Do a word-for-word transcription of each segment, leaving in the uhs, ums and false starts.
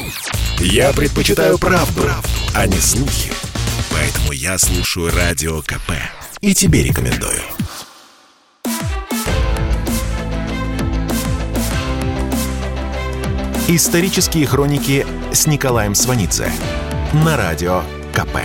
Я предпочитаю правду, правду, а не слухи. Поэтому я слушаю Радио КП. И тебе рекомендую. Исторические хроники с Николаем Сванидзе на Радио КП.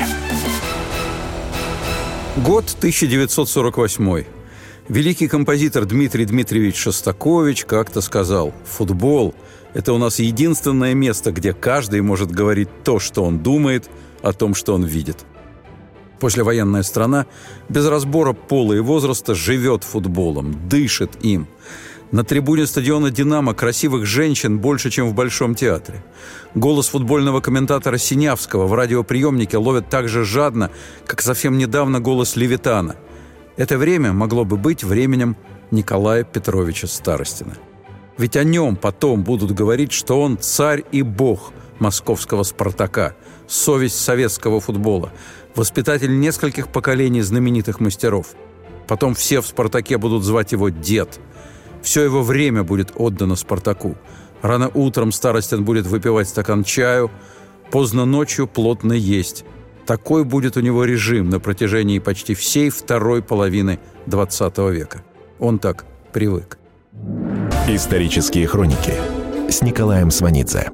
Год тысяча девятьсот сорок восьмой. Великий композитор Дмитрий Дмитриевич Шостакович как-то сказал: «Футбол – это у нас единственное место, где каждый может говорить то, что он думает, о том, что он видит». Послевоенная страна без разбора пола и возраста живет футболом, дышит им. На трибуне стадиона «Динамо» красивых женщин больше, чем в Большом театре. Голос футбольного комментатора Синявского в радиоприемнике ловят так же жадно, как совсем недавно голос Левитана. Это время могло бы быть временем Николая Петровича Старостина. Ведь о нем потом будут говорить, что он царь и бог московского «Спартака», совесть советского футбола, воспитатель нескольких поколений знаменитых мастеров. Потом все в «Спартаке» будут звать его «дед». Все его время будет отдано «Спартаку». Рано утром Старостин будет выпивать стакан чаю, поздно ночью плотно есть. Такой будет у него режим на протяжении почти всей второй половины двадцатого века. Он так привык. Исторические хроники с Николаем Сванидзе.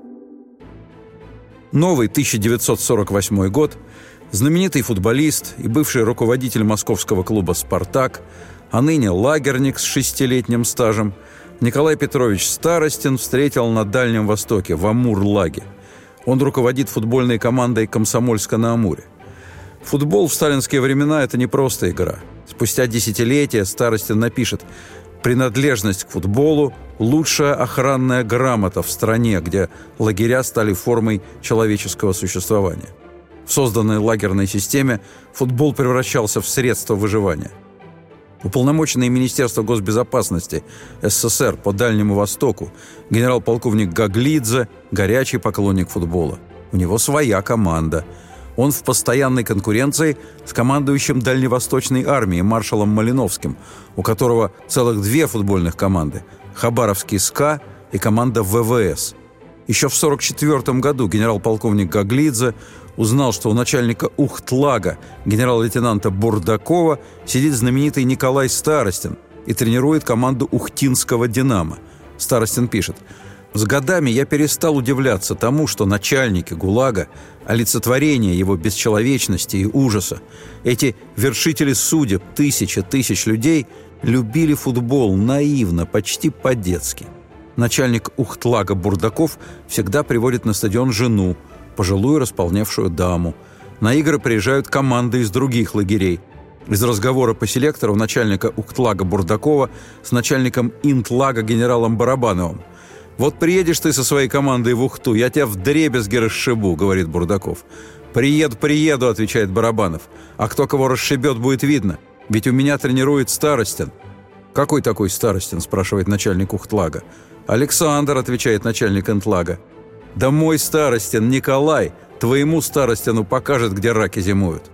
Новый тысяча девятьсот сорок восьмой год. Знаменитый футболист и бывший руководитель московского клуба «Спартак», а ныне лагерник с шестилетним стажем, Николай Петрович Старостин встретил на Дальнем Востоке, в Амур-Лаге. Он руководит футбольной командой «Комсомольска-на-Амуре». Футбол в сталинские времена – это не просто игра. Спустя десятилетия Старостин напишет: «Принадлежность к футболу – лучшая охранная грамота в стране, где лагеря стали формой человеческого существования». В созданной лагерной системе футбол превращался в средство выживания. Уполномоченный Министерства госбезопасности СССР по Дальнему Востоку генерал-полковник Гаглидзе – горячий поклонник футбола. У него своя команда. Он в постоянной конкуренции с командующим Дальневосточной армией маршалом Малиновским, у которого целых две футбольных команды – Хабаровский СКА и команда ВВС. Еще в сорок четвёртом году генерал-полковник Гаглидзе узнал, что у начальника Ухтлага, генерал-лейтенанта Бурдакова, сидит знаменитый Николай Старостин и тренирует команду ухтинского «Динамо». Старостин пишет: «С годами я перестал удивляться тому, что начальники ГУЛАГа, олицетворение его бесчеловечности и ужаса, эти вершители судеб тысячи тысяч людей любили футбол наивно, почти по-детски». Начальник Ухтлага Бурдаков всегда приводит на стадион жену, пожилую располневшую даму. На игры приезжают команды из других лагерей. Из разговора по селектору начальника Ухтлага Бурдакова с начальником Интлага генералом Барабановым: «Вот приедешь ты со своей командой в Ухту, я тебя вдребезги расшибу», — говорит Бурдаков. «Приеду, приеду», — отвечает Барабанов. «А кто кого расшибет, будет видно. Ведь у меня тренирует Старостин». «Какой такой Старостин?» — спрашивает начальник Ухтлага. «Александр», — отвечает начальник Интлага. «Да мой Старостин, Николай, твоему Старостину покажет, где раки зимуют».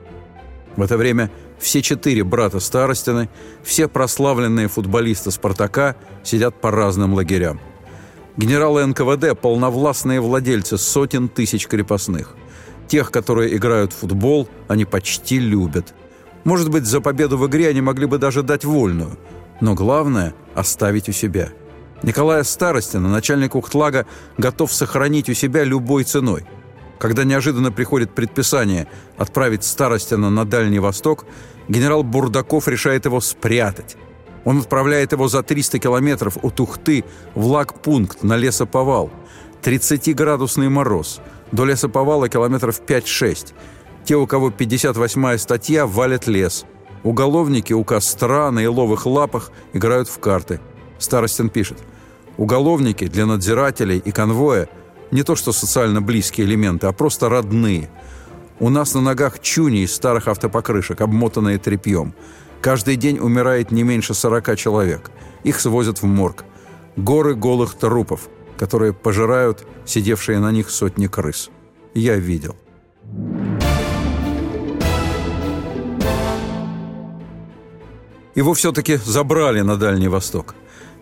В это время все четыре брата Старостины, все прославленные футболисты «Спартака» сидят по разным лагерям. Генералы эн ка вэ дэ – полновластные владельцы сотен тысяч крепостных. Тех, которые играют в футбол, они почти любят. Может быть, за победу в игре они могли бы даже дать вольную. Но главное – оставить у себя. Николая Старостина начальник Ухтлага готов сохранить у себя любой ценой. Когда неожиданно приходит предписание отправить Старостина на Дальний Восток, генерал Бурдаков решает его спрятать. Он отправляет его за триста километров от Ухты в лагпункт на лесоповал. тридцатиградусный мороз. До лесоповала километров пять-шесть. Те, у кого пятьдесят восьмая статья, валят лес. Уголовники у костра на еловых лапах играют в карты. Старостин пишет: «Уголовники для надзирателей и конвоя не то что социально близкие элементы, а просто родные. У нас на ногах чуни из старых автопокрышек, обмотанные тряпьем. Каждый день умирает не меньше сорока человек. Их свозят в морг. Горы голых трупов, которые пожирают сидевшие на них сотни крыс. Я видел». Его все-таки забрали на Дальний Восток.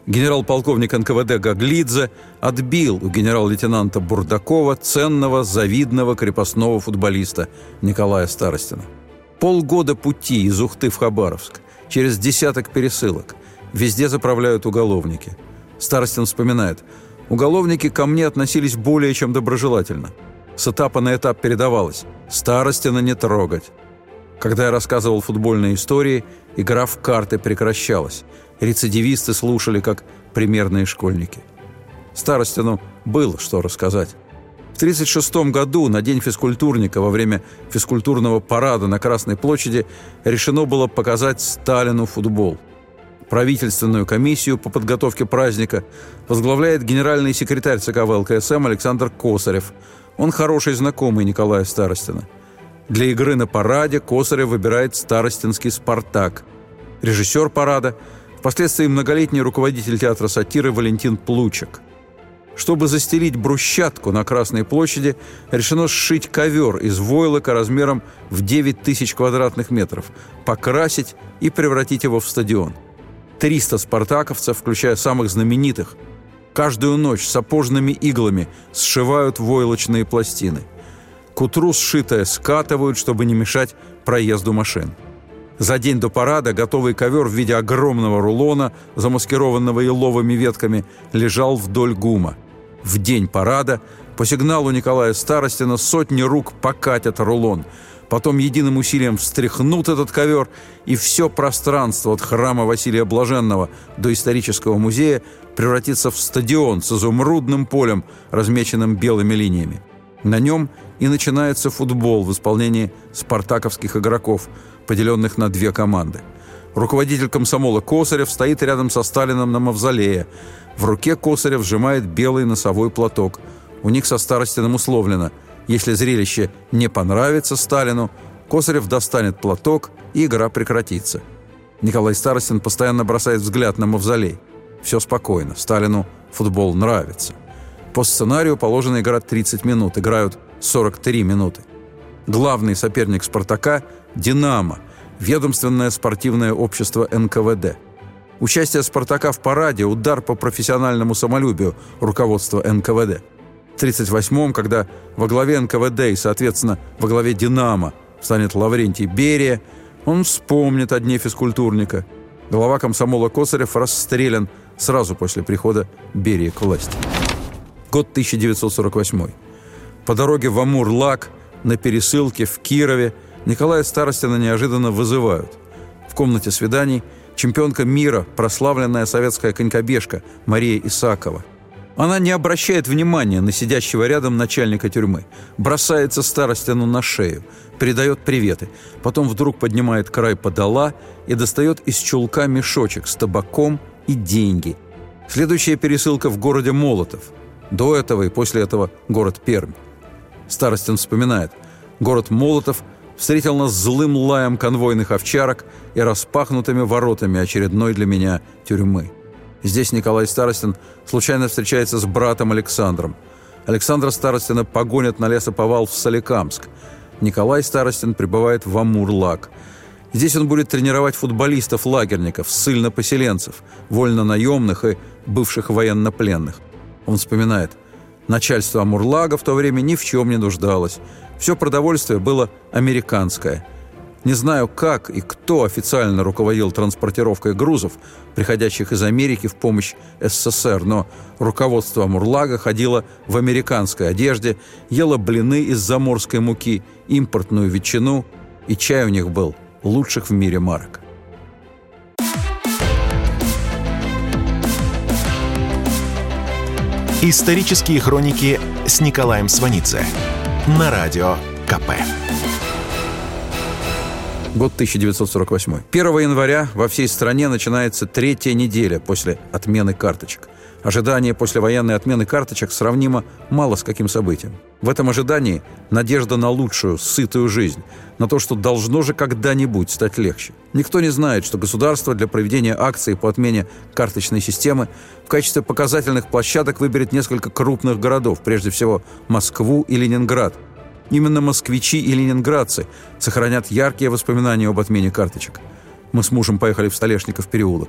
Генерал-полковник эн ка вэ дэ Гаглидзе отбил у генерал-лейтенанта Бурдакова ценного, завидного крепостного футболиста Николая Старостина. Полгода пути из Ухты в Хабаровск, через десяток пересылок. Везде заправляют уголовники. Старостин вспоминает: «Уголовники ко мне относились более чем доброжелательно. С этапа на этап передавалось: Старостина не трогать». Когда я рассказывал футбольные истории, игра в карты прекращалась. Рецидивисты слушали, как примерные школьники. Старостину было что рассказать. В тридцать шестом году на День физкультурника во время физкультурного парада на Красной площади решено было показать Сталину футбол. Правительственную комиссию по подготовке праздника возглавляет генеральный секретарь ЦК вэ эл ка эс эм Александр Косарев. Он хороший знакомый Николая Старостина. Для игры на параде Косарев выбирает старостинский «Спартак». Режиссер парада – впоследствии многолетний руководитель театра сатиры Валентин Плучек. Чтобы застелить брусчатку на Красной площади, решено сшить ковер из войлока размером в девять тысяч квадратных метров, покрасить и превратить его в стадион. триста спартаковцев, включая самых знаменитых, каждую ночь сапожными иглами сшивают войлочные пластины. К утру сшитое скатывают, чтобы не мешать проезду машин. За день до парада готовый ковер в виде огромного рулона, замаскированного еловыми ветками, лежал вдоль ГУМа. В день парада по сигналу Николая Старостина сотни рук покатят рулон. Потом единым усилием встряхнут этот ковер, и все пространство от храма Василия Блаженного до исторического музея превратится в стадион с изумрудным полем, размеченным белыми линиями. На нем и начинается футбол в исполнении спартаковских игроков, поделенных на две команды. Руководитель комсомола Косарев стоит рядом со Сталином на мавзолее. В руке Косарев сжимает белый носовой платок. У них со Старостиным условлено: если зрелище не понравится Сталину, Косарев достанет платок, и игра прекратится. Николай Старостин постоянно бросает взгляд на мавзолей. Все спокойно, Сталину футбол нравится. По сценарию положено играть тридцать минут, играют сорок три минуты. Главный соперник «Спартака» – «Динамо», ведомственное спортивное общество эн ка вэ дэ. Участие «Спартака» в параде – удар по профессиональному самолюбию руководства эн ка вэ дэ. В тридцать восьмом, когда во главе эн ка вэ дэ и, соответственно, во главе «Динамо» станет Лаврентий Берия, он вспомнит о дне физкультурника. Глава комсомола Косарев расстрелян сразу после прихода Берии к власти. Год тысяча девятьсот сорок восьмой. По дороге в Амур-Лак, на пересылке в Кирове, Николая Старостина неожиданно вызывают. В комнате свиданий чемпионка мира, прославленная советская конькобежка Мария Исакова. Она не обращает внимания на сидящего рядом начальника тюрьмы, бросается Старостину на шею, передает приветы, потом вдруг поднимает край подола и достает из чулка мешочек с табаком и деньги. Следующая пересылка в городе Молотов. До этого и после этого город Пермь. Старостин вспоминает: город Молотов встретил нас злым лаем конвойных овчарок и распахнутыми воротами очередной для меня тюрьмы. Здесь Николай Старостин случайно встречается с братом Александром. Александра Старостина погонят на лесоповал в Соликамск. Николай Старостин прибывает в Амур-Лак. Здесь он будет тренировать футболистов-лагерников, ссыльно-поселенцев, вольно-наемных и бывших военнопленных. Он вспоминает: начальство Амур-Лага в то время ни в чем не нуждалось. Все продовольствие было американское. Не знаю, как и кто официально руководил транспортировкой грузов, приходящих из Америки в помощь эс эс эс эр, но руководство Амур-Лага ходило в американской одежде, ело блины из заморской муки, импортную ветчину, и чай у них был лучших в мире марок. Исторические хроники с Николаем Сванидзе на радио ка пэ. Год тысяча девятьсот сорок восьмой. первого января во всей стране начинается третья неделя после отмены карточек. Ожидание послевоенной отмены карточек сравнимо мало с каким событием. В этом ожидании надежда на лучшую, сытую жизнь, на то, что должно же когда-нибудь стать легче. Никто не знает, что государство для проведения акций по отмене карточной системы в качестве показательных площадок выберет несколько крупных городов, прежде всего Москву и Ленинград. Именно москвичи и ленинградцы сохранят яркие воспоминания об отмене карточек. Мы с мужем поехали в Столешников переулок.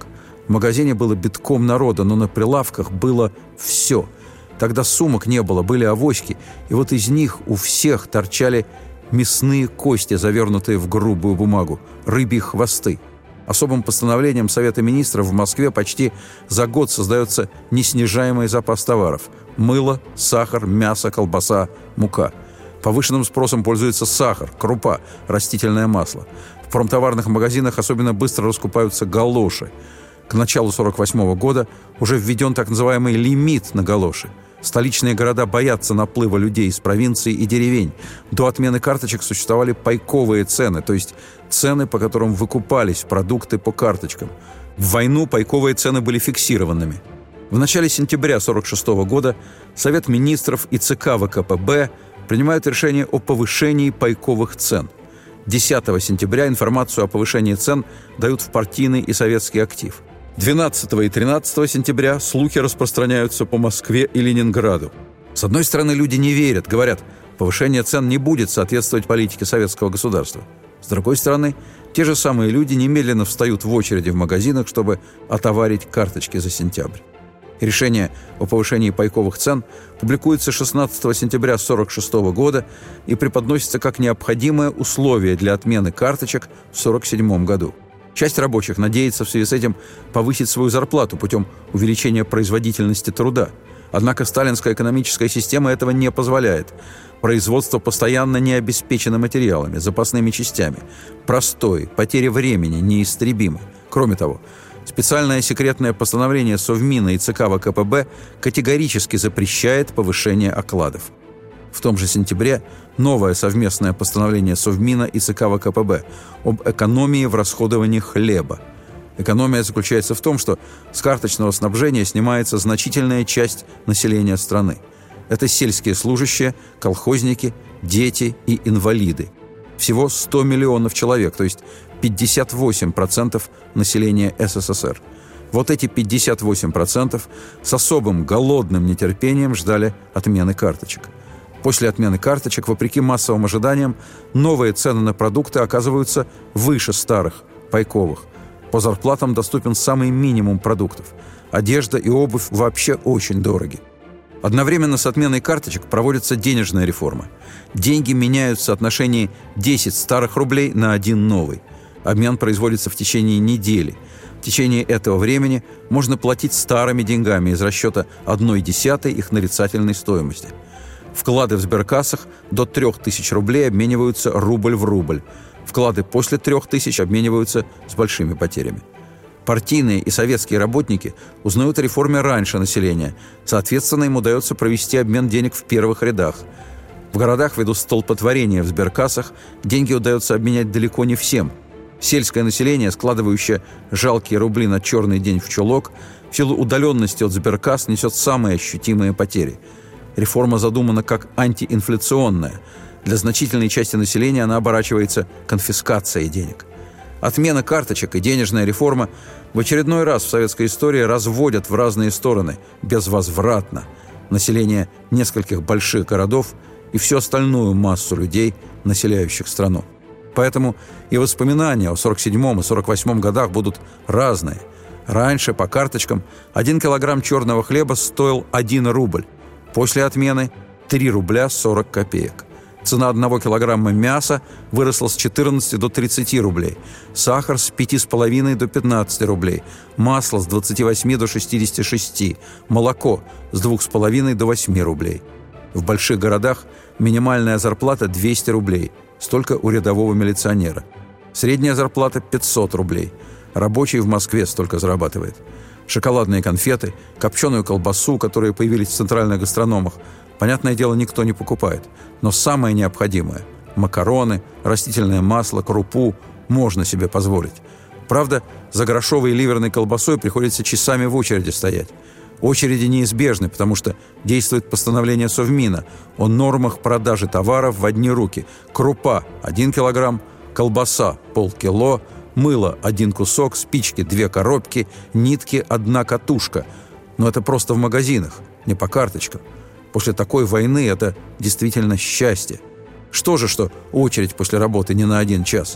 В магазине было битком народа, но на прилавках было все. Тогда сумок не было, были авоськи, и вот из них у всех торчали мясные кости, завернутые в грубую бумагу, рыбьи хвосты. Особым постановлением Совета министров в Москве почти за год создается неснижаемый запас товаров – мыло, сахар, мясо, колбаса, мука. Повышенным спросом пользуется сахар, крупа, растительное масло. В промтоварных магазинах особенно быстро раскупаются галоши. К началу сорок восьмого года уже введен так называемый лимит на галоши. Столичные города боятся наплыва людей из провинции и деревень. До отмены карточек существовали пайковые цены, то есть цены, по которым выкупались продукты по карточкам. В войну пайковые цены были фиксированными. В начале сентября сорок шестого года Совет министров и ЦК ВКПБ принимают решение о повышении пайковых цен. десятого сентября информацию о повышении цен дают в партийный и советский актив. двенадцатого и тринадцатого сентября слухи распространяются по Москве и Ленинграду. С одной стороны, люди не верят, говорят, повышение цен не будет соответствовать политике советского государства. С другой стороны, те же самые люди немедленно встают в очереди в магазинах, чтобы отоварить карточки за сентябрь. Решение о повышении пайковых цен публикуется шестнадцатого сентября сорок шестого года и преподносится как необходимое условие для отмены карточек в сорок седьмом году. Часть рабочих надеется в связи с этим повысить свою зарплату путем увеличения производительности труда. Однако сталинская экономическая система этого не позволяет. Производство постоянно не обеспечено материалами, запасными частями. Простой, потеря времени неистребимы. Кроме того, специальное секретное постановление Совмина и ЦК ВКПБ категорически запрещает повышение окладов. В том же сентябре новое совместное постановление Совмина и ЦК ВКПБ об экономии в расходовании хлеба. Экономия заключается в том, что с карточного снабжения снимается значительная часть населения страны. Это сельские служащие, колхозники, дети и инвалиды. Всего сто миллионов человек, то есть пятьдесят восемь процентов населения СССР. Вот эти пятьдесят восемь процентов с особым голодным нетерпением ждали отмены карточек. После отмены карточек, вопреки массовым ожиданиям, новые цены на продукты оказываются выше старых, пайковых. По зарплатам доступен самый минимум продуктов. Одежда и обувь вообще очень дороги. Одновременно с отменой карточек проводится денежная реформа. Деньги меняют в соотношении десять старых рублей на один новый. Обмен производится в течение недели. В течение этого времени можно платить старыми деньгами из расчета одной десятой их нарицательной стоимости. Вклады в сберкассах до трех тысяч рублей обмениваются рубль в рубль. Вклады после трех тысяч обмениваются с большими потерями. Партийные и советские работники узнают о реформе раньше населения. Соответственно, им удается провести обмен денег в первых рядах. В городах, ввиду столпотворения в сберкассах, деньги удается обменять далеко не всем. Сельское население, складывающее жалкие рубли на черный день в чулок, в силу удаленности от сберкасс несет самые ощутимые потери. Реформа задумана как антиинфляционная. Для значительной части населения она оборачивается конфискацией денег. Отмена карточек и денежная реформа в очередной раз в советской истории разводят в разные стороны, безвозвратно, население нескольких больших городов и всю остальную массу людей, населяющих страну. Поэтому и воспоминания о сорок седьмом и сорок восьмом годах будут разные. Раньше по карточкам один килограмм черного хлеба стоил один рубль. После отмены – три рубля сорок копеек. Цена одного килограмма мяса выросла с четырнадцати до тридцати рублей. Сахар с пяти с половиной до пятнадцати рублей. Масло с двадцати восьми до шестидесяти шести. Молоко с двух с половиной до восьми рублей. В больших городах минимальная зарплата двести рублей. Столько у рядового милиционера. Средняя зарплата пятьсот рублей. Рабочий в Москве столько зарабатывает. Шоколадные конфеты, копченую колбасу, которые появились в центральных гастрономах, понятное дело, никто не покупает. Но самое необходимое – макароны, растительное масло, крупу – можно себе позволить. Правда, за грошовой ливерной колбасой приходится часами в очереди стоять. Очереди неизбежны, потому что действует постановление Совмина о нормах продажи товаров в одни руки. Крупа – один килограмм, колбаса – полкило, мыло – один кусок, спички – две коробки, нитки – одна катушка. Но это просто в магазинах, не по карточкам. После такой войны это действительно счастье. Что же, что очередь после работы не на один час?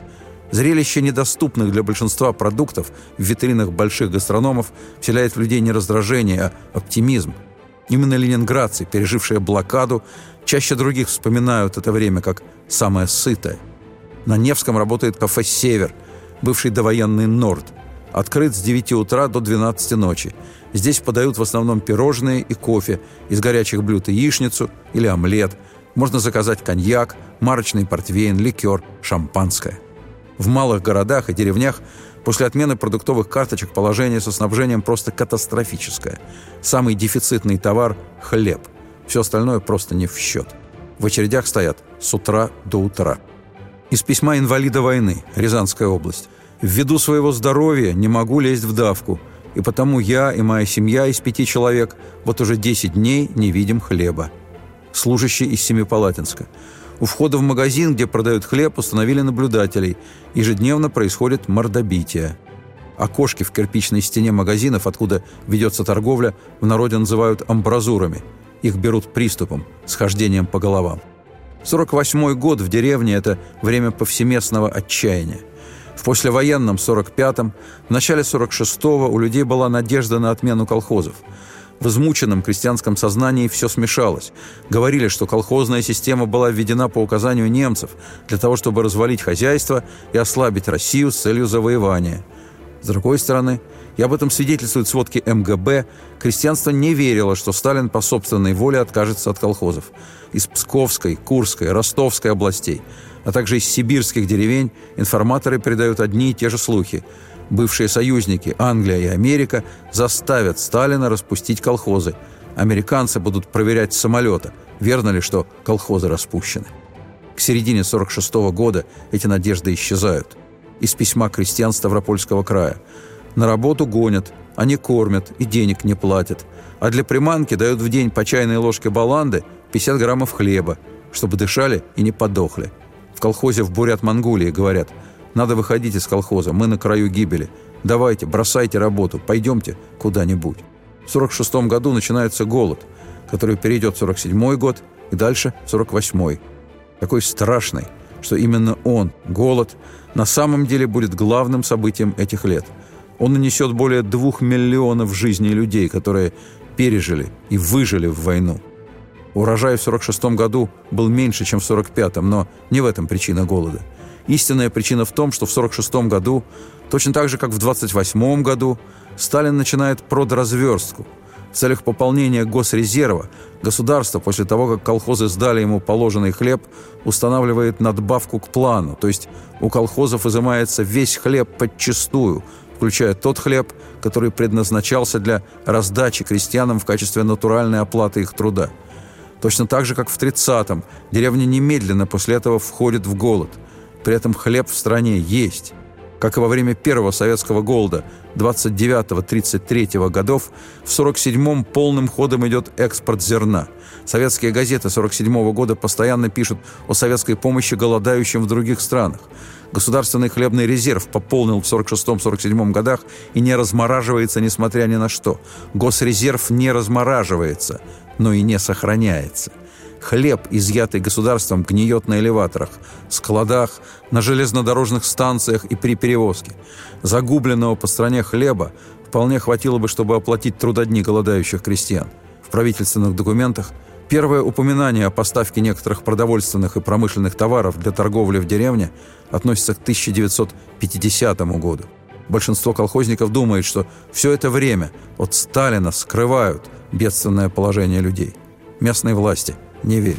Зрелище недоступных для большинства продуктов в витринах больших гастрономов вселяет в людей не раздражение, а оптимизм. Именно ленинградцы, пережившие блокаду, чаще других вспоминают это время как самое сытое. На Невском работает кафе «Север», бывший довоенный «Норд». Открыт с девяти утра до двенадцати ночи. Здесь подают в основном пирожные и кофе, из горячих блюд яичницу или омлет. Можно заказать коньяк, марочный портвейн, ликер, шампанское. В малых городах и деревнях после отмены продуктовых карточек положение со снабжением просто катастрофическое. Самый дефицитный товар – хлеб. Все остальное просто не в счет. В очередях стоят с утра до утра. Из письма инвалида войны, Рязанская область. «Ввиду своего здоровья не могу лезть в давку, и потому я и моя семья из пяти человек вот уже десять дней не видим хлеба». Служащий из Семипалатинска. У входа в магазин, где продают хлеб, установили наблюдателей. Ежедневно происходит мордобитие. Окошки в кирпичной стене магазинов, откуда ведется торговля, в народе называют амбразурами. Их берут приступом, схождением по головам. сорок восьмой год в деревне – это время повсеместного отчаяния. В послевоенном сорок пятом, в начале сорок шестого у людей была надежда на отмену колхозов. В измученном крестьянском сознании все смешалось. Говорили, что колхозная система была введена по указанию немцев для того, чтобы развалить хозяйство и ослабить Россию с целью завоевания. С другой стороны, и об этом свидетельствуют сводки эм гэ бэ, крестьянство не верило, что Сталин по собственной воле откажется от колхозов. Из Псковской, Курской, Ростовской областей, а также из сибирских деревень информаторы передают одни и те же слухи. Бывшие союзники, Англия и Америка, заставят Сталина распустить колхозы. Американцы будут проверять с самолета, верно ли, что колхозы распущены. К середине сорок шестого года эти надежды исчезают. Из письма крестьян Ставропольского края. На работу гонят, они кормят и денег не платят. А для приманки дают в день по чайной ложке баланды пятьдесят граммов хлеба, чтобы дышали и не подохли. В колхозе в Бурят-Монголии говорят: надо выходить из колхоза, мы на краю гибели. Давайте, бросайте работу, пойдемте куда-нибудь. В сорок шестом году начинается голод, который перейдет в сорок седьмой год и дальше в сорок восьмой. Такой страшный, что именно он, голод, на самом деле будет главным событием этих лет. Он нанесет более двух миллионов жизней людей, которые пережили и выжили в войну. Урожай в сорок шестом году был меньше, чем в сорок пятом, но не в этом причина голода. Истинная причина в том, что в сорок шестом году, точно так же, как в двадцать восьмом году, Сталин начинает продразверстку. В целях пополнения госрезерва государство, после того, как колхозы сдали ему положенный хлеб, устанавливает надбавку к плану, то есть у колхозов изымается весь хлеб подчистую, включая тот хлеб, который предназначался для раздачи крестьянам в качестве натуральной оплаты их труда. Точно так же, как в тридцатом, деревня немедленно после этого входит в голод. При этом хлеб в стране есть. Как и во время первого советского голода двадцать девятого — тридцать третьего годов, в сорок седьмом полным ходом идет экспорт зерна. Советские газеты сорок седьмого года постоянно пишут о советской помощи голодающим в других странах. Государственный хлебный резерв пополнил в сорок шестом — сорок седьмом годах и не размораживается, несмотря ни на что. Госрезерв не размораживается, но и не сохраняется. Хлеб, изъятый государством, гниет на элеваторах, складах, на железнодорожных станциях и при перевозке. Загубленного по стране хлеба вполне хватило бы, чтобы оплатить трудодни голодающих крестьян. В правительственных документах первое упоминание о поставке некоторых продовольственных и промышленных товаров для торговли в деревне относится к тысяча девятьсот пятидесятому году. Большинство колхозников думает, что все это время от Сталина скрывают бедственное положение людей. Местные власти не верят.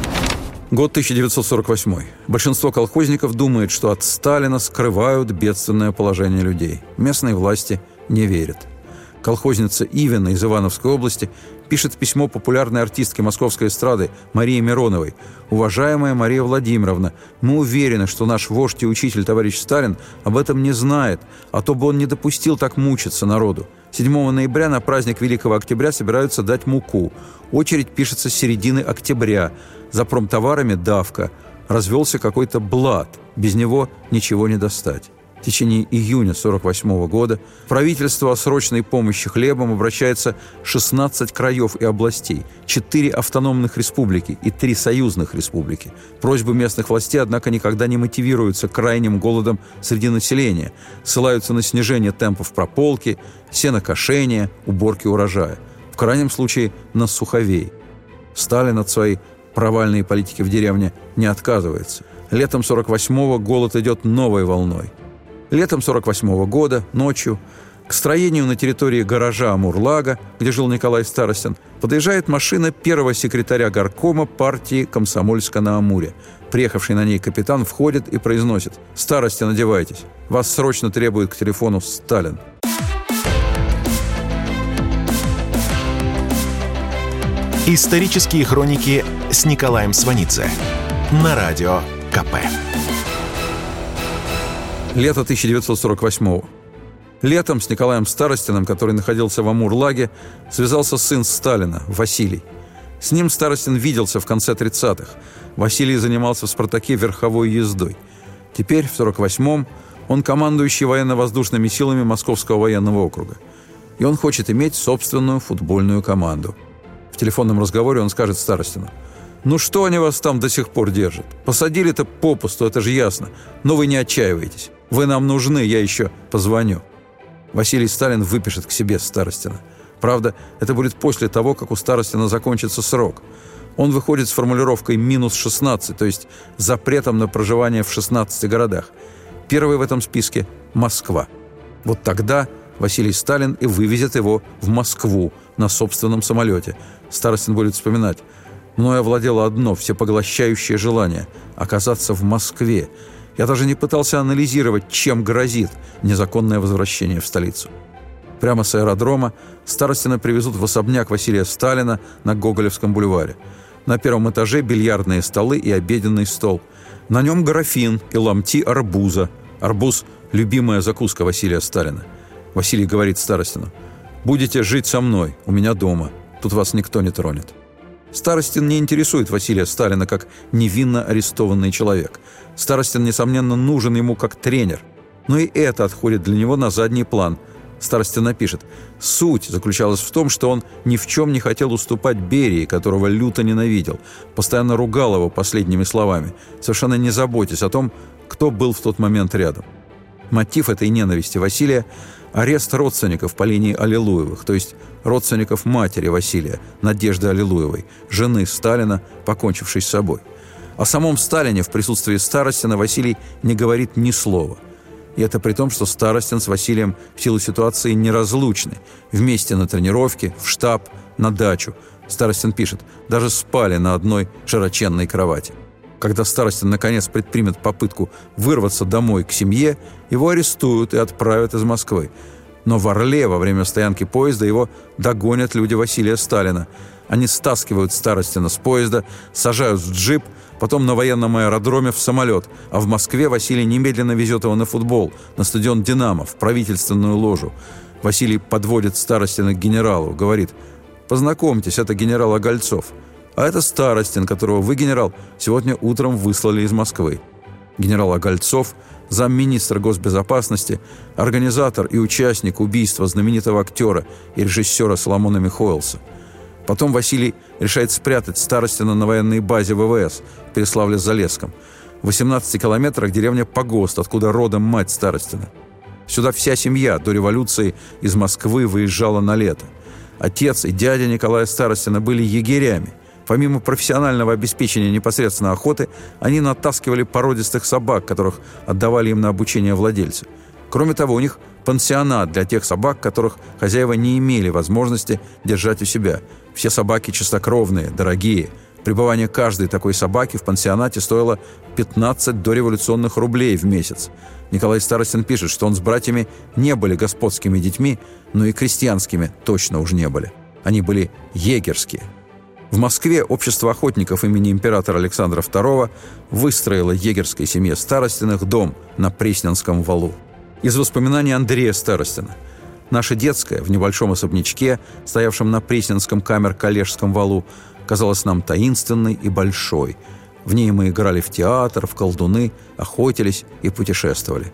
Год тысяча девятьсот сорок восьмой. Большинство колхозников думает, что от Сталина скрывают бедственное положение людей. Местные власти не верят. Колхозница Ивина из Ивановской области пишет письмо популярной артистке московской эстрады Марии Мироновой. «Уважаемая Мария Владимировна, мы уверены, что наш вождь и учитель товарищ Сталин об этом не знает, а то бы он не допустил так мучиться народу. седьмого ноября на праздник Великого Октября собираются дать муку. Очередь пишется с середины октября. За промтоварами давка. Развелся какой-то блат. Без него ничего не достать. В течение июня сорок восьмого года правительство о срочной помощи хлебом обращается шестнадцать краев и областей, четыре автономных республики и три союзных республики. Просьбы местных властей, однако, никогда не мотивируются крайним голодом среди населения, ссылаются на снижение темпов прополки, сенокошения, уборки урожая. В крайнем случае на суховей. Сталин от своей провальной политики в деревне не отказывается. Летом сорок восьмого голод идет новой волной. Летом сорок восьмого года, ночью, к строению на территории гаража Амурлага, где жил Николай Старостин, подъезжает машина первого секретаря горкома партии Комсомольска-на-Амуре. Приехавший на ней капитан входит и произносит: «Старостин, одевайтесь. Вас срочно требует к телефону Сталин». Исторические хроники с Николаем Сванидзе на радио КП. Лето тысяча девятьсот сорок восьмого. Летом с Николаем Старостиным, который находился в Амурлаге, связался сын Сталина, Василий. С ним Старостин виделся в конце тридцатых. Василий занимался в «Спартаке» верховой ездой. Теперь, в сорок восьмом, он командующий военно-воздушными силами Московского военного округа. И он хочет иметь собственную футбольную команду. В телефонном разговоре он скажет Старостину: «Ну что они вас там до сих пор держат? Посадили-то попусту, это же ясно. Но вы не отчаивайтесь. Вы нам нужны, я еще позвоню». Василий Сталин выпишет к себе Старостина. Правда, это будет после того, как у Старостина закончится срок. Он выходит с формулировкой минус шестнадцать, то есть запретом на проживание в шестнадцати городах. Первый в этом списке – Москва. Вот тогда Василий Сталин и вывезет его в Москву на собственном самолете. Старостин будет вспоминать: «Мною овладело одно всепоглощающее желание – оказаться в Москве. Я даже не пытался анализировать, чем грозит незаконное возвращение в столицу». Прямо с аэродрома Старостина привезут в особняк Василия Сталина на Гоголевском бульваре. На первом этаже бильярдные столы и обеденный стол. На нем графин и ломти арбуза. Арбуз – любимая закуска Василия Сталина. Василий говорит Старостину: «Будете жить со мной, у меня дома. Тут вас никто не тронет». Старостин не интересует Василия Сталина как невинно арестованный человек. Старостин, несомненно, нужен ему как тренер. Но и это отходит для него на задний план. Старостин напишет: «Суть заключалась в том, что он ни в чем не хотел уступать Берии, которого люто ненавидел, постоянно ругал его последними словами, совершенно не заботясь о том, кто был в тот момент рядом». Мотив этой ненависти Василия – арест родственников по линии Аллилуевых, то есть родственников матери Василия, Надежды Аллилуевой, жены Сталина, покончившей с собой. О самом Сталине в присутствии Старостина Василий не говорит ни слова. И это при том, что Старостин с Василием в силу ситуации неразлучны. Вместе на тренировке, в штаб, на дачу. Старостин пишет: даже спали на одной широченной кровати. Когда Старостин наконец предпримет попытку вырваться домой к семье, его арестуют и отправят из Москвы. Но в Орле во время стоянки поезда его догонят люди Василия Сталина. Они стаскивают Старостина с поезда, сажают в джип, потом на военном аэродроме в самолет, а в Москве Василий немедленно везет его на футбол, на стадион «Динамо», в правительственную ложу. Василий подводит Старостина к генералу, говорит: «Познакомьтесь, это генерал Огольцов. А это Старостин, которого вы, генерал, сегодня утром выслали из Москвы». Генерал Огольцов, замминистра госбезопасности, организатор и участник убийства знаменитого актера и режиссера Соломона Михоэлса. Потом Василий решает спрятать Старостина на военной базе ВВС в Переславле-Залесском. В восемнадцати километрах деревня Погост, откуда родом мать Старостина. Сюда вся семья до революции из Москвы выезжала на лето. Отец и дядя Николая Старостина были егерями. Помимо профессионального обеспечения непосредственно охоты, они натаскивали породистых собак, которых отдавали им на обучение владельцы. Кроме того, у них пансионат для тех собак, которых хозяева не имели возможности держать у себя. Все собаки чистокровные, дорогие. Пребывание каждой такой собаки в пансионате стоило пятнадцать дореволюционных рублей в месяц. Николай Старостин пишет, что он с братьями не были господскими детьми, но и крестьянскими точно уж не были. Они были егерские. В Москве общество охотников имени императора Александра второго выстроило егерской семье Старостиных дом на Пресненском валу. Из воспоминаний Андрея Старостина. Наша детская в небольшом особнячке, стоявшем на Пресненском камер-коллежском валу, казалась нам таинственной и большой. В ней мы играли в театр, в колдуны, охотились и путешествовали.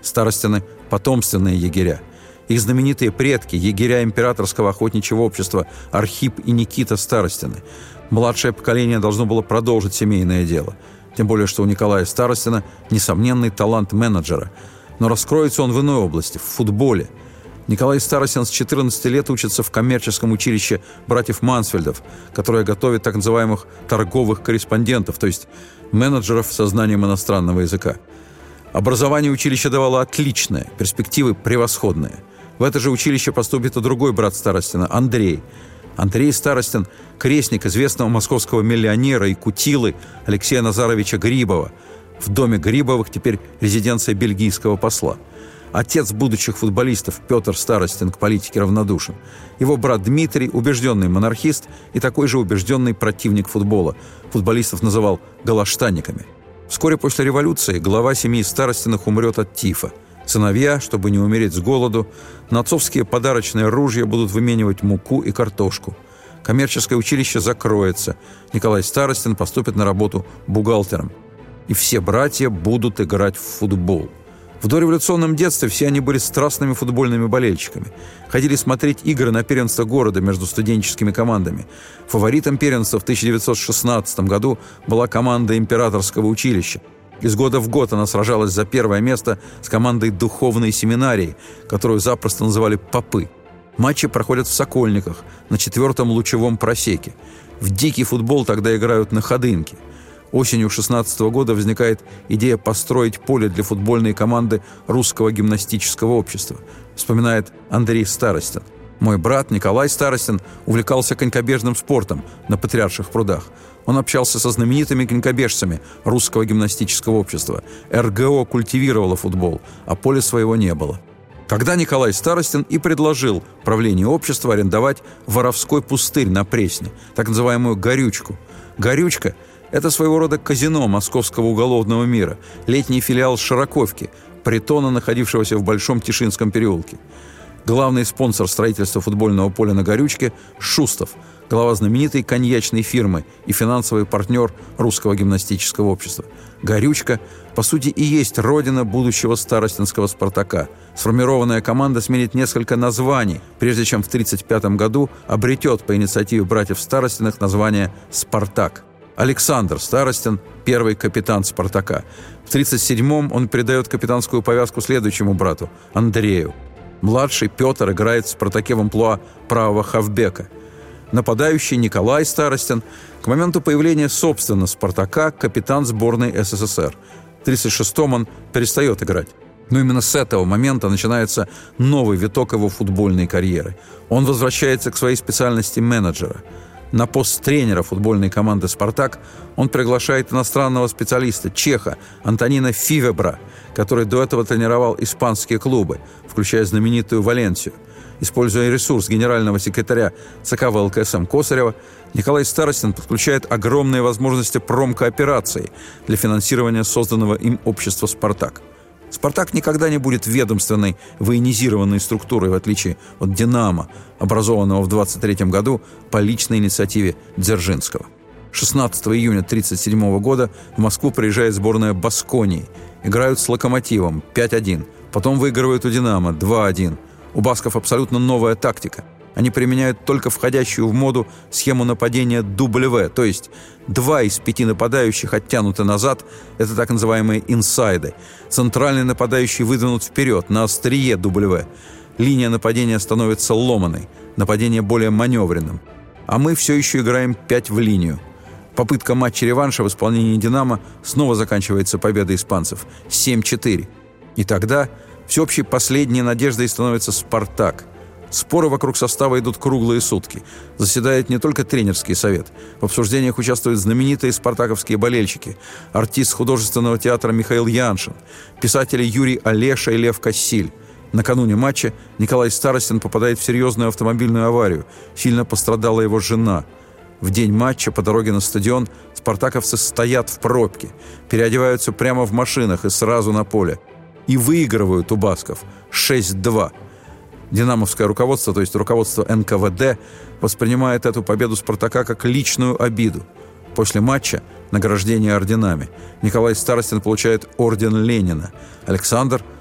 Старостины – потомственные егеря. Их знаменитые предки – егеря императорского охотничьего общества Архип и Никита Старостины. Младшее поколение должно было продолжить семейное дело. Тем более, что у Николая Старостина несомненный талант менеджера. Но раскроется он в иной области – в футболе. Николай Старостин с четырнадцати лет учится в коммерческом училище братьев Мансфельдов, которое готовит так называемых торговых корреспондентов, то есть менеджеров со знанием иностранного языка. Образование училище давало отличное, перспективы превосходные. В это же училище поступит и другой брат Старостина, Андрей. Андрей Старостин – крестник известного московского миллионера и кутилы Алексея Назаровича Грибова. В доме Грибовых теперь резиденция бельгийского посла. Отец будущих футболистов Петр Старостин к политике равнодушен. Его брат Дмитрий – убежденный монархист и такой же убежденный противник футбола. Футболистов называл «галаштанниками». Вскоре после революции глава семьи Старостиных умрет от тифа. Сыновья, чтобы не умереть с голоду, на отцовские подарочные ружья будут выменивать муку и картошку. Коммерческое училище закроется. Николай Старостин поступит на работу бухгалтером. И все братья будут играть в футбол. В дореволюционном детстве все они были страстными футбольными болельщиками. Ходили смотреть игры на первенство города между студенческими командами. Фаворитом первенства в тысяча девятьсот шестнадцатом году была команда Императорского училища. Из года в год она сражалась за первое место с командой духовной семинарии, которую запросто называли «попы». Матчи проходят в Сокольниках, на четвертом лучевом просеке. В дикий футбол тогда играют на ходынке. Осенью шестнадцатого года возникает идея построить поле для футбольной команды Русского гимнастического общества, вспоминает Андрей Старостин. Мой брат Николай Старостин увлекался конькобежным спортом на Патриарших прудах. Он общался со знаменитыми конькобежцами Русского гимнастического общества. эр гэ о культивировало футбол, а поля своего не было. Тогда Николай Старостин и предложил правлению общества арендовать воровской пустырь на Пресне, так называемую «горючку». «Горючка» — это своего рода казино московского уголовного мира, летний филиал Широковки, притона, находившегося в Большом Тишинском переулке. Главный спонсор строительства футбольного поля на Горючке – Шустов, глава знаменитой коньячной фирмы и финансовый партнер Русского гимнастического общества. Горючка, по сути, и есть родина будущего старостинского «Спартака». Сформированная команда сменит несколько названий, прежде чем в тридцать пятом году обретет по инициативе братьев Старостиных название «Спартак». Александр Старостин – первый капитан «Спартака». В тридцать седьмом он передает капитанскую повязку следующему брату – Андрею. Младший Петр играет в «Спартаке» в амплуа правого хавбека. Нападающий Николай Старостин к моменту появления, собственно, «Спартака» капитан сборной эс эс эс эр. В тридцать шестом он перестает играть. Но именно с этого момента начинается новый виток его футбольной карьеры. Он возвращается к своей специальности менеджера. На пост тренера футбольной команды «Спартак» он приглашает иностранного специалиста, чеха Антонина Фивебра, который до этого тренировал испанские клубы, включая знаменитую «Валенсию». Используя ресурс генерального секретаря ЦК вэ эл ка эс эм Косарева, Николай Старостин подключает огромные возможности промкооперации для финансирования созданного им общества «Спартак». «Спартак» никогда не будет ведомственной, военизированной структурой, в отличие от «Динамо», образованного в двадцать третьем году по личной инициативе Дзержинского. шестнадцатого июня тридцать седьмого года в Москву приезжает сборная «Басконии». Играют с «Локомотивом» пять один, потом выигрывают у «Динамо» два один. У басков абсолютно новая тактика. Они применяют только входящую в моду схему нападения дабл ю вэ, то есть два из пяти нападающих оттянуты назад, это так называемые инсайды. Центральный нападающий выдвинут вперед, на острие дабл ю вэ. Линия нападения становится ломаной, нападение более маневренным. А мы все еще играем пять в линию. Попытка матча-реванша в исполнении «Динамо» снова заканчивается победой испанцев семь четыре. И тогда всеобщей последней надеждой становится «Спартак». Споры вокруг состава идут круглые сутки. Заседает не только тренерский совет. В обсуждениях участвуют знаменитые спартаковские болельщики, артист художественного театра Михаил Яншин, писатели Юрий Олеша и Лев Кассиль. Накануне матча Николай Старостин попадает в серьезную автомобильную аварию. Сильно пострадала его жена. В день матча по дороге на стадион спартаковцы стоят в пробке, переодеваются прямо в машинах и сразу на поле. И выигрывают у басков шесть два. Динамовское руководство, то есть руководство эн ка вэ дэ, воспринимает эту победу «Спартака» как личную обиду. После матча награждение орденами. Николай Старостин получает орден Ленина. Александр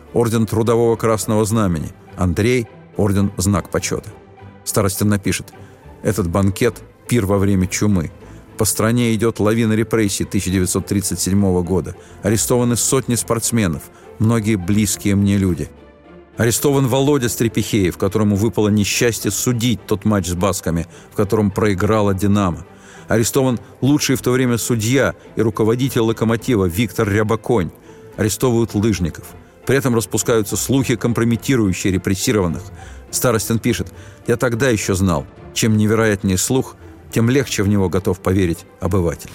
орден Трудового Красного Знамени, Андрей – орден Знак Почета. Старостин напишет: «Этот банкет – пир во время чумы. По стране идет лавина репрессий тысяча девятьсот тридцать седьмого года. Арестованы сотни спортсменов, многие близкие мне люди. Арестован Володя Стрепихеев, которому выпало несчастье судить тот матч с басками, в котором проиграла «Динамо». Арестован лучший в то время судья и руководитель «Локомотива» Виктор Рябоконь. Арестовывают лыжников. При этом распускаются слухи, компрометирующие репрессированных. Старостин пишет: «Я тогда еще знал, чем невероятнее слух, тем легче в него готов поверить обыватель».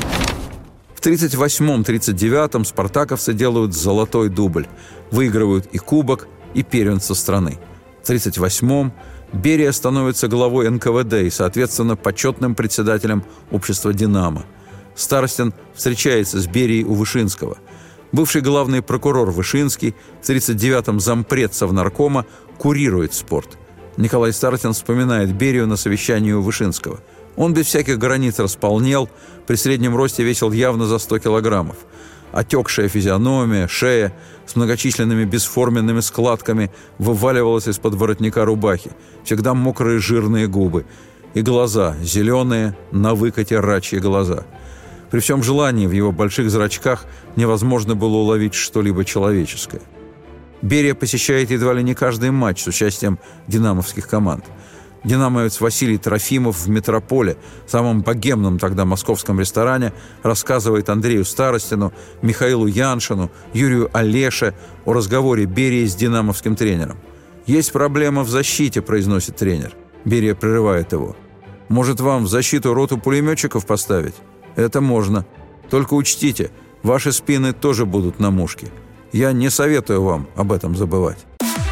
В тридцать восьмом — тридцать девятом спартаковцы делают золотой дубль, выигрывают и кубок, и первенство страны. В тридцать восьмом Берия становится главой эн ка вэ дэ и, соответственно, почетным председателем общества «Динамо». Старостин встречается с Берией у Вышинского. Бывший главный прокурор Вышинский, в тридцать девятом зампред Совнаркома, курирует спорт. Николай Старостин вспоминает Берию на совещании у Вышинского. Он без всяких границ располнел, при среднем росте весил явно за сто килограммов. Отекшая физиономия, шея с многочисленными бесформенными складками вываливалась из-под воротника рубахи, всегда мокрые жирные губы, и глаза, зеленые, на выкате рачьи глаза. При всем желании в его больших зрачках невозможно было уловить что-либо человеческое. Берия посещает едва ли не каждый матч с участием динамовских команд. Динамовец Василий Трофимов в «Метрополе», самом богемном тогда московском ресторане, рассказывает Андрею Старостину, Михаилу Яншину, Юрию Олеше о разговоре Берии с динамовским тренером. «Есть проблема в защите», – произносит тренер. Берия прерывает его. «Может, вам в защиту роту пулеметчиков поставить?» «Это можно. Только учтите, ваши спины тоже будут на мушке. Я не советую вам об этом забывать».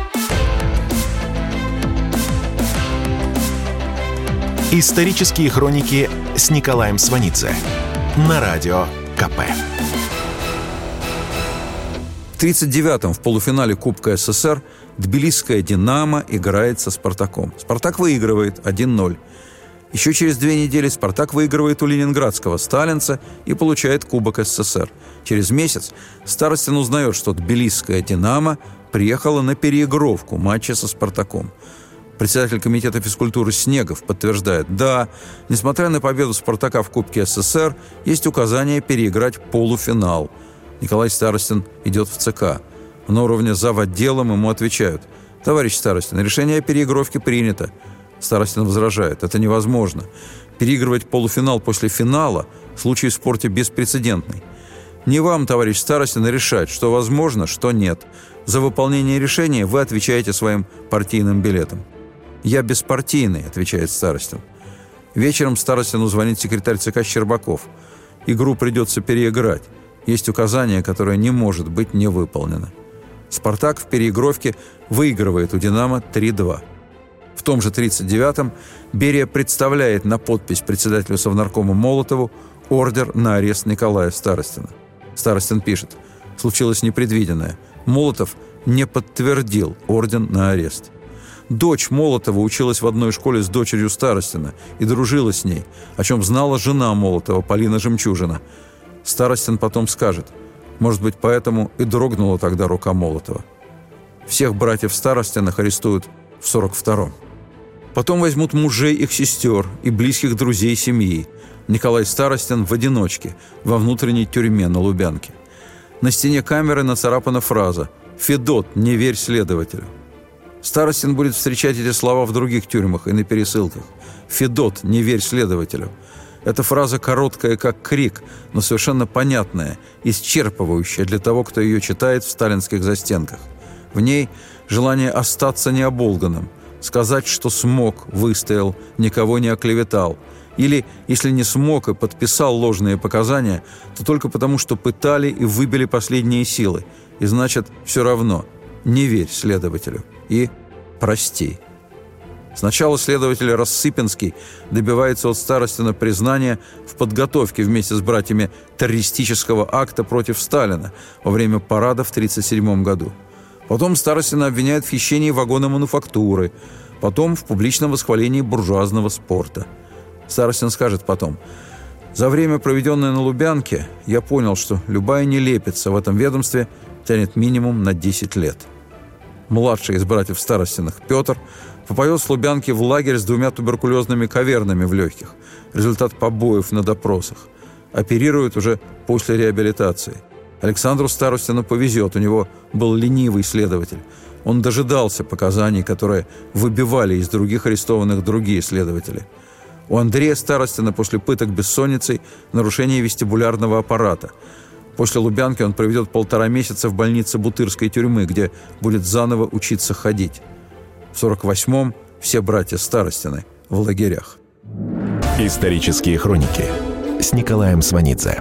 Исторические хроники с Николаем Сванидзе на Радио ка пэ. В тридцать девятом в полуфинале Кубка эс эс эр тбилисская «Динамо» играет со «Спартаком». «Спартак» выигрывает один ноль. Еще через две недели «Спартак» выигрывает у ленинградского «Сталинца» и получает Кубок эс эс эр. Через месяц Старостин узнает, что тбилисская «Динамо» приехала на переигровку матча со «Спартаком». Председатель комитета физкультуры Снегов подтверждает: да, несмотря на победу «Спартака» в Кубке эс эс эр, есть указание переиграть полуфинал. Николай Старостин идет в ЦК. На уровне завотделом ему отвечают: товарищ Старостин, решение о переигровке принято. Старостин возражает: это невозможно. Переигрывать полуфинал после финала – случай в спорте беспрецедентный. Не вам, товарищ Старостин, решать, что возможно, что нет. За выполнение решения вы отвечаете своим партийным билетом. «Я беспартийный», — отвечает Старостин. Вечером Старостину звонит секретарь ЦК Щербаков. Игру придется переиграть. Есть указание, которое не может быть не выполнено. «Спартак» в переигровке выигрывает у «Динамо» три два. В том же тридцать девятом Берия представляет на подпись председателю Совнаркома Молотову ордер на арест Николая Старостина. Старостин пишет: случилось непредвиденное. Молотов не подтвердил орден на арест. Дочь Молотова училась в одной школе с дочерью Старостина и дружила с ней, о чем знала жена Молотова, Полина Жемчужина. Старостин потом скажет: может быть, поэтому и дрогнула тогда рука Молотова. Всех братьев Старостиных арестуют в сорок втором. Потом возьмут мужей их сестер и близких друзей семьи. Николай Старостин в одиночке, во внутренней тюрьме на Лубянке. На стене камеры нацарапана фраза: «Федот, не верь следователю». Старостин будет встречать эти слова в других тюрьмах и на пересылках. «Федот, не верь следователю». Эта фраза короткая, как крик, но совершенно понятная, исчерпывающая для того, кто ее читает в сталинских застенках. В ней желание остаться необолганным, сказать, что смог, выстоял, никого не оклеветал. Или, если не смог и подписал ложные показания, то только потому, что пытали и выбили последние силы. И значит, все равно не верь следователю и прости. Сначала следователь Рассыпинский добивается от Старостина признания в подготовке вместе с братьями террористического акта против Сталина во время парада в тридцать седьмом году. Потом Старостина обвиняют в хищении вагона мануфактуры, потом в публичном восхвалении буржуазного спорта. Старостин скажет потом: «За время, проведенное на Лубянке, я понял, что любая нелепица в этом ведомстве тянет минимум на десять лет. Младший из братьев Старостиных, Петр, попадет с Лубянки в лагерь с двумя туберкулезными кавернами в легких. Результат побоев на допросах. Оперируют уже после реабилитации. Александру Старостину повезет, у него был ленивый следователь. Он дожидался показаний, которые выбивали из других арестованных другие следователи. У Андрея Старостина после пыток бессонницей нарушение вестибулярного аппарата. После Лубянки он проведет полтора месяца в больнице Бутырской тюрьмы, где будет заново учиться ходить. В сорок восьмом все братья Старостины в лагерях. Исторические хроники с Николаем Сванидзе.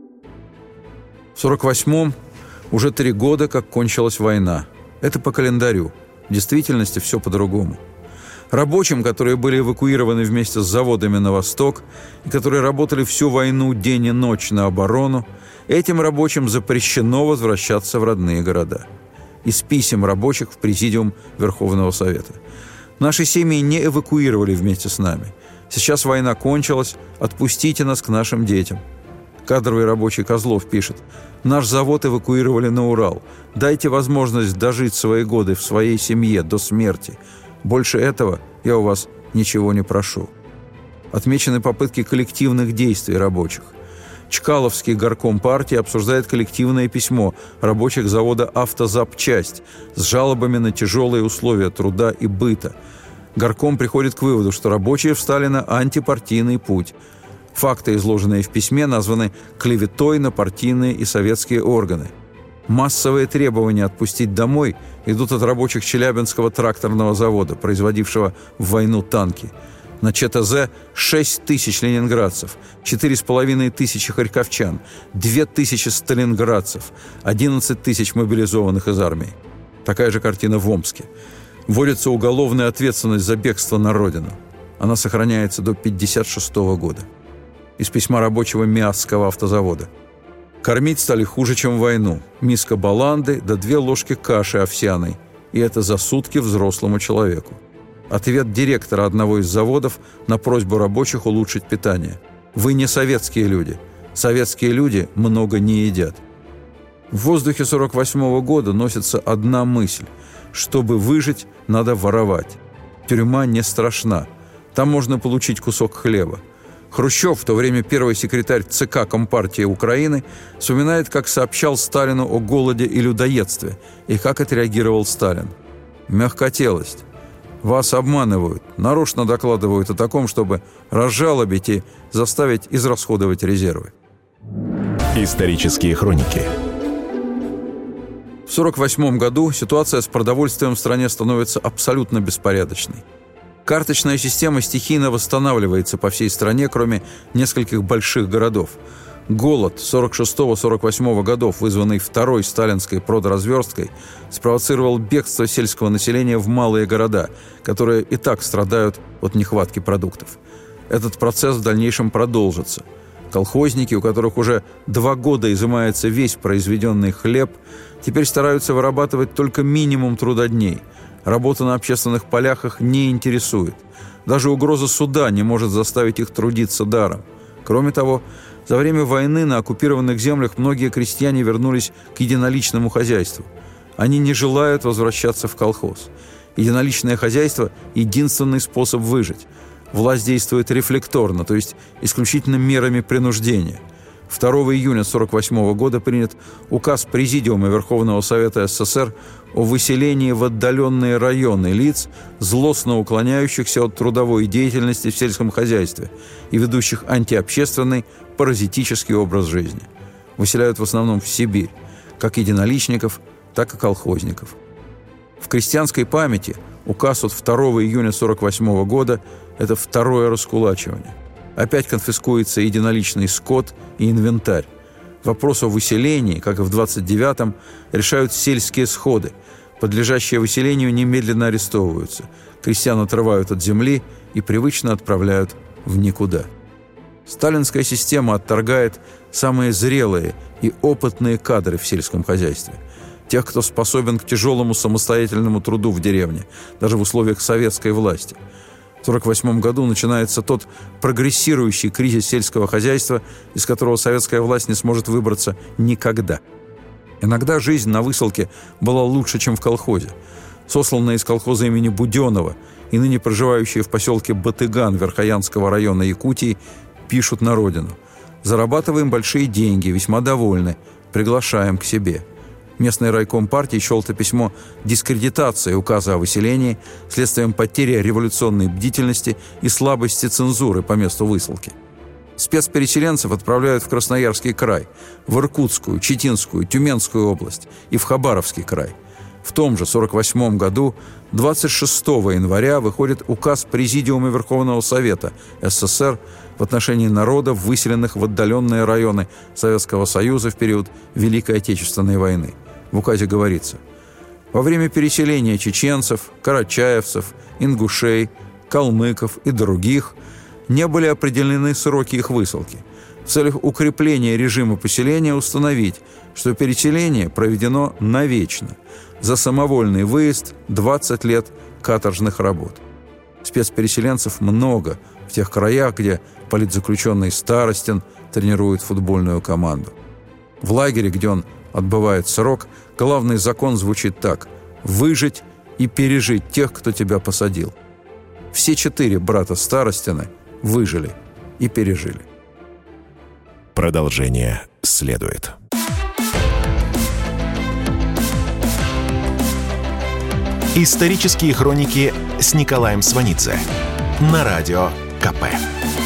В сорок восьмом уже три года, как кончилась война. Это по календарю. В действительности все по-другому. Рабочим, которые были эвакуированы вместе с заводами на восток и которые работали всю войну день и ночь на оборону, этим рабочим запрещено возвращаться в родные города. Из писем рабочих в Президиум Верховного Совета. Наши семьи не эвакуировали вместе с нами. Сейчас война кончилась, отпустите нас к нашим детям. Кадровый рабочий Козлов пишет: «Наш завод эвакуировали на Урал. Дайте возможность дожить свои годы в своей семье до смерти. Больше этого я у вас ничего не прошу». Отмечены попытки коллективных действий рабочих. Чкаловский горком партии обсуждает коллективное письмо рабочих завода «Автозапчасть» с жалобами на тяжелые условия труда и быта. Горком приходит к выводу, что рабочие встали на антипартийный путь. Факты, изложенные в письме, названы клеветой на партийные и советские органы. Массовые требования отпустить домой идут от рабочих Челябинского тракторного завода, производившего в войну танки. На ЧТЗ шесть тысяч ленинградцев, четыре с половиной тысячи харьковчан, две тысячи сталинградцев, одиннадцать тысяч мобилизованных из армии. Такая же картина в Омске. Вводится уголовная ответственность за бегство на родину. Она сохраняется до пятьдесят шестого года. Из письма рабочего Миасского автозавода. Кормить стали хуже, чем в войну. Миска баланды да две ложки каши овсяной. И это за сутки взрослому человеку. Ответ директора одного из заводов на просьбу рабочих улучшить питание. Вы не советские люди. Советские люди много не едят. В воздухе сорок восьмого года носится одна мысль. Чтобы выжить, надо воровать. Тюрьма не страшна. Там можно получить кусок хлеба. Хрущев, в то время первый секретарь ЦК Компартии Украины, вспоминает, как сообщал Сталину о голоде и людоедстве, и как отреагировал Сталин. Мягкотелость. Вас обманывают, нарочно докладывают о таком, чтобы разжалобить и заставить израсходовать резервы. Исторические хроники. В сорок восьмом году ситуация с продовольствием в стране становится абсолютно беспорядочной. Карточная система стихийно восстанавливается по всей стране, кроме нескольких больших городов. Голод сорок шестого — сорок восьмого годов, вызванный второй сталинской продразверсткой, спровоцировал бегство сельского населения в малые города, которые и так страдают от нехватки продуктов. Этот процесс в дальнейшем продолжится. Колхозники, у которых уже два года изымается весь произведенный хлеб, теперь стараются вырабатывать только минимум трудодней. Работа на общественных полях их не интересует. Даже угроза суда не может заставить их трудиться даром. Кроме того, за время войны на оккупированных землях многие крестьяне вернулись к единоличному хозяйству. Они не желают возвращаться в колхоз. Единоличное хозяйство – единственный способ выжить. Власть действует рефлекторно, то есть исключительно мерами принуждения. второго июня сорок восьмого года принят указ Президиума Верховного Совета СССР о выселении в отдаленные районы лиц, злостно уклоняющихся от трудовой деятельности в сельском хозяйстве и ведущих антиобщественный, паразитический образ жизни. Выселяют в основном в Сибирь, как единоличников, так и колхозников. В крестьянской памяти указ от второго июня сорок восьмого года – это второе раскулачивание. Опять конфискуется единоличный скот и инвентарь. Вопрос о выселении, как и в двадцать девятом, решают сельские сходы. Подлежащие выселению немедленно арестовываются. Крестьян отрывают от земли и привычно отправляют в никуда. Сталинская система отторгает самые зрелые и опытные кадры в сельском хозяйстве. Тех, кто способен к тяжелому самостоятельному труду в деревне, даже в условиях советской власти. В сорок восьмом году начинается тот прогрессирующий кризис сельского хозяйства, из которого советская власть не сможет выбраться никогда. Иногда жизнь на высылке была лучше, чем в колхозе. Сосланные из колхоза имени Буденова и ныне проживающие в поселке Батыган Верхоянского района Якутии пишут на родину: «Зарабатываем большие деньги, весьма довольны, приглашаем к себе». Местный райком партии счел это письмо дискредитацией указа о выселении, следствием потери революционной бдительности и слабости цензуры по месту высылки. Спецпереселенцев отправляют в Красноярский край, в Иркутскую, Читинскую, Тюменскую область и в Хабаровский край. В том же сорок восьмом году, двадцать шестого января, выходит указ Президиума Верховного Совета СССР в отношении народов, выселенных в отдаленные районы Советского Союза в период Великой Отечественной войны. В указе говорится: во время переселения чеченцев, карачаевцев, ингушей, калмыков и других не были определены сроки их высылки. В целях укрепления режима поселения установить, что переселение проведено навечно. За самовольный выезд двадцать лет каторжных работ. Спецпереселенцев много в тех краях, где политзаключенный Старостин тренирует футбольную команду. В лагере, где он отбывает срок, главный закон звучит так: выжить и пережить тех, кто тебя посадил. Все четыре брата Старостина выжили и пережили. Продолжение следует. Исторические хроники с Николаем Сванидзе на радио ка пэ.